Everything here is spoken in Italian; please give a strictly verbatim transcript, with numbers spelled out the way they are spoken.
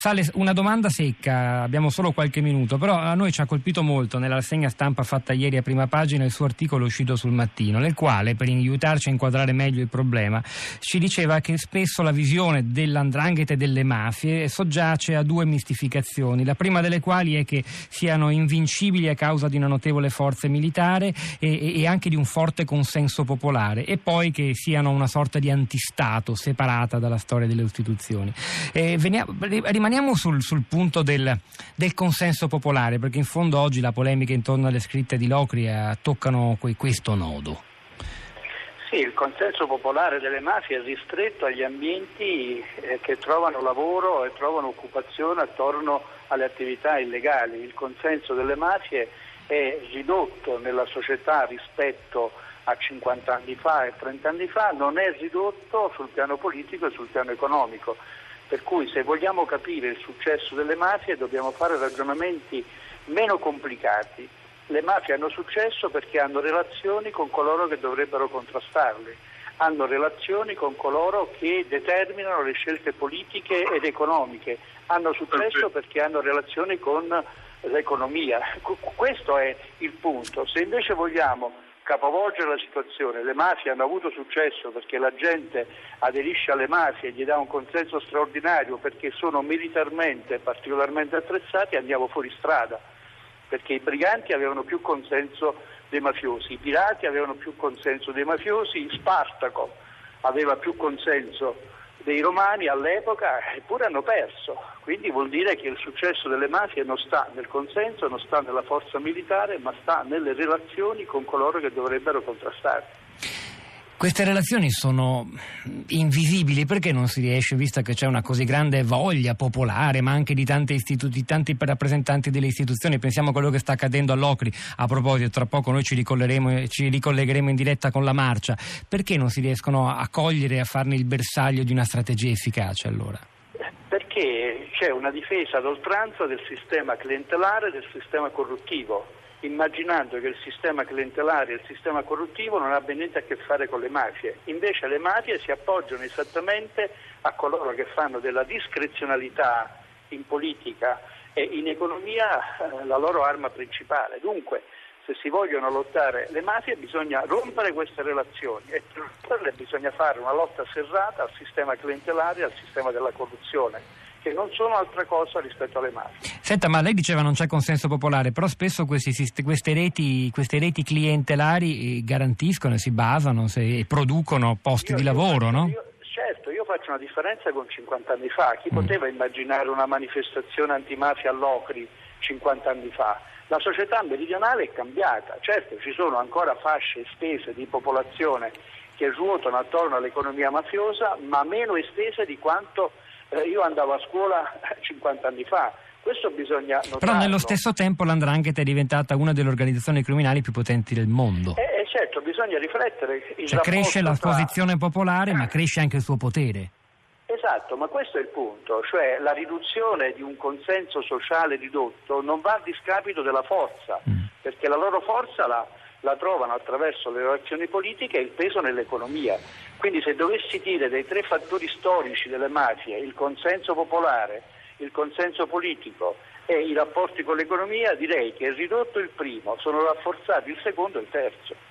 Sale, una domanda secca, abbiamo solo qualche minuto, però a noi ci ha colpito molto nella rassegna stampa fatta ieri a prima pagina il suo articolo uscito sul Mattino, nel quale, per aiutarci a inquadrare meglio il problema, ci diceva che spesso la visione dell'andrangheta e delle mafie soggiace a due mistificazioni, la prima delle quali è che siano invincibili a causa di una notevole forza militare e, e anche di un forte consenso popolare, e poi che siano una sorta di antistato separata dalla storia delle istituzioni. E veniamo, rimaniamo Sul, sul punto del, del consenso popolare, perché in fondo oggi la polemica intorno alle scritte di Locri eh, toccano que, questo nodo. Sì, il consenso popolare delle mafie è ristretto agli ambienti eh, che trovano lavoro e trovano occupazione attorno alle attività illegali. Il consenso delle mafie è ridotto nella società rispetto a cinquanta anni fa e trenta anni fa, non è ridotto sul piano politico e sul piano economico. Per cui se vogliamo capire il successo delle mafie dobbiamo fare ragionamenti meno complicati. Le mafie hanno successo perché hanno relazioni con coloro che dovrebbero contrastarle, hanno relazioni con coloro che determinano le scelte politiche ed economiche, hanno successo perché hanno relazioni con l'economia. Questo è il punto. Se invece vogliamo capovolgere la situazione, le mafie hanno avuto successo perché la gente aderisce alle mafie e gli dà un consenso straordinario perché sono militarmente particolarmente attrezzati, andiamo fuori strada, perché i briganti avevano più consenso dei mafiosi, i pirati avevano più consenso dei mafiosi, Spartaco aveva più consenso dei romani all'epoca, eppure hanno perso. Quindi vuol dire che il successo delle mafie non sta nel consenso, non sta nella forza militare, ma sta nelle relazioni con coloro che dovrebbero contrastare. Queste relazioni sono invisibili, perché non si riesce, visto che c'è una così grande voglia popolare, ma anche di tanti istituti, tanti rappresentanti delle istituzioni. Pensiamo a quello che sta accadendo all'Ocri. A proposito, tra poco noi ci ricollegheremo, ci ricollegheremo in diretta con la marcia. Perché non si riescono a cogliere e a farne il bersaglio di una strategia efficace allora? Perché c'è una difesa ad oltranza del sistema clientelare e del sistema corruttivo, immaginando che il sistema clientelare e il sistema corruttivo non abbia niente a che fare con le mafie. Invece le mafie si appoggiano esattamente a coloro che fanno della discrezionalità in politica e in economia eh, la loro arma principale. Dunque, se si vogliono lottare le mafie bisogna rompere queste relazioni e per romperle bisogna fare una lotta serrata al sistema clientelare e al sistema della corruzione, che non sono altra cosa rispetto alle mafie. Senta, ma lei diceva non c'è consenso popolare, però spesso questi, queste reti queste reti clientelari garantiscono e si basano se, e producono posti io, di lavoro, io, no? Io, certo, io faccio una differenza con cinquanta anni fa. Chi mm. poteva immaginare una manifestazione antimafia all'Ocri cinquanta anni fa? La società meridionale è cambiata, certo ci sono ancora fasce estese di popolazione che ruotano attorno all'economia mafiosa, ma meno estese di quanto eh, io andavo a scuola cinquanta anni fa. Questo bisogna notarlo. Però nello stesso tempo l'Andrangheta è diventata una delle organizzazioni criminali più potenti del mondo. Eh, eh certo, bisogna riflettere. Il cioè cresce la tra... posizione popolare, ma cresce anche il suo potere. Esatto, ma questo è il punto, cioè la riduzione di un consenso sociale ridotto non va a discapito della forza, mm. perché la loro forza la, la trovano attraverso le relazioni politiche e il peso nell'economia. Quindi se dovessi dire dei tre fattori storici delle mafie, il consenso popolare, il consenso politico e i rapporti con l'economia, direi che è ridotto il primo, sono rafforzati il secondo e il terzo.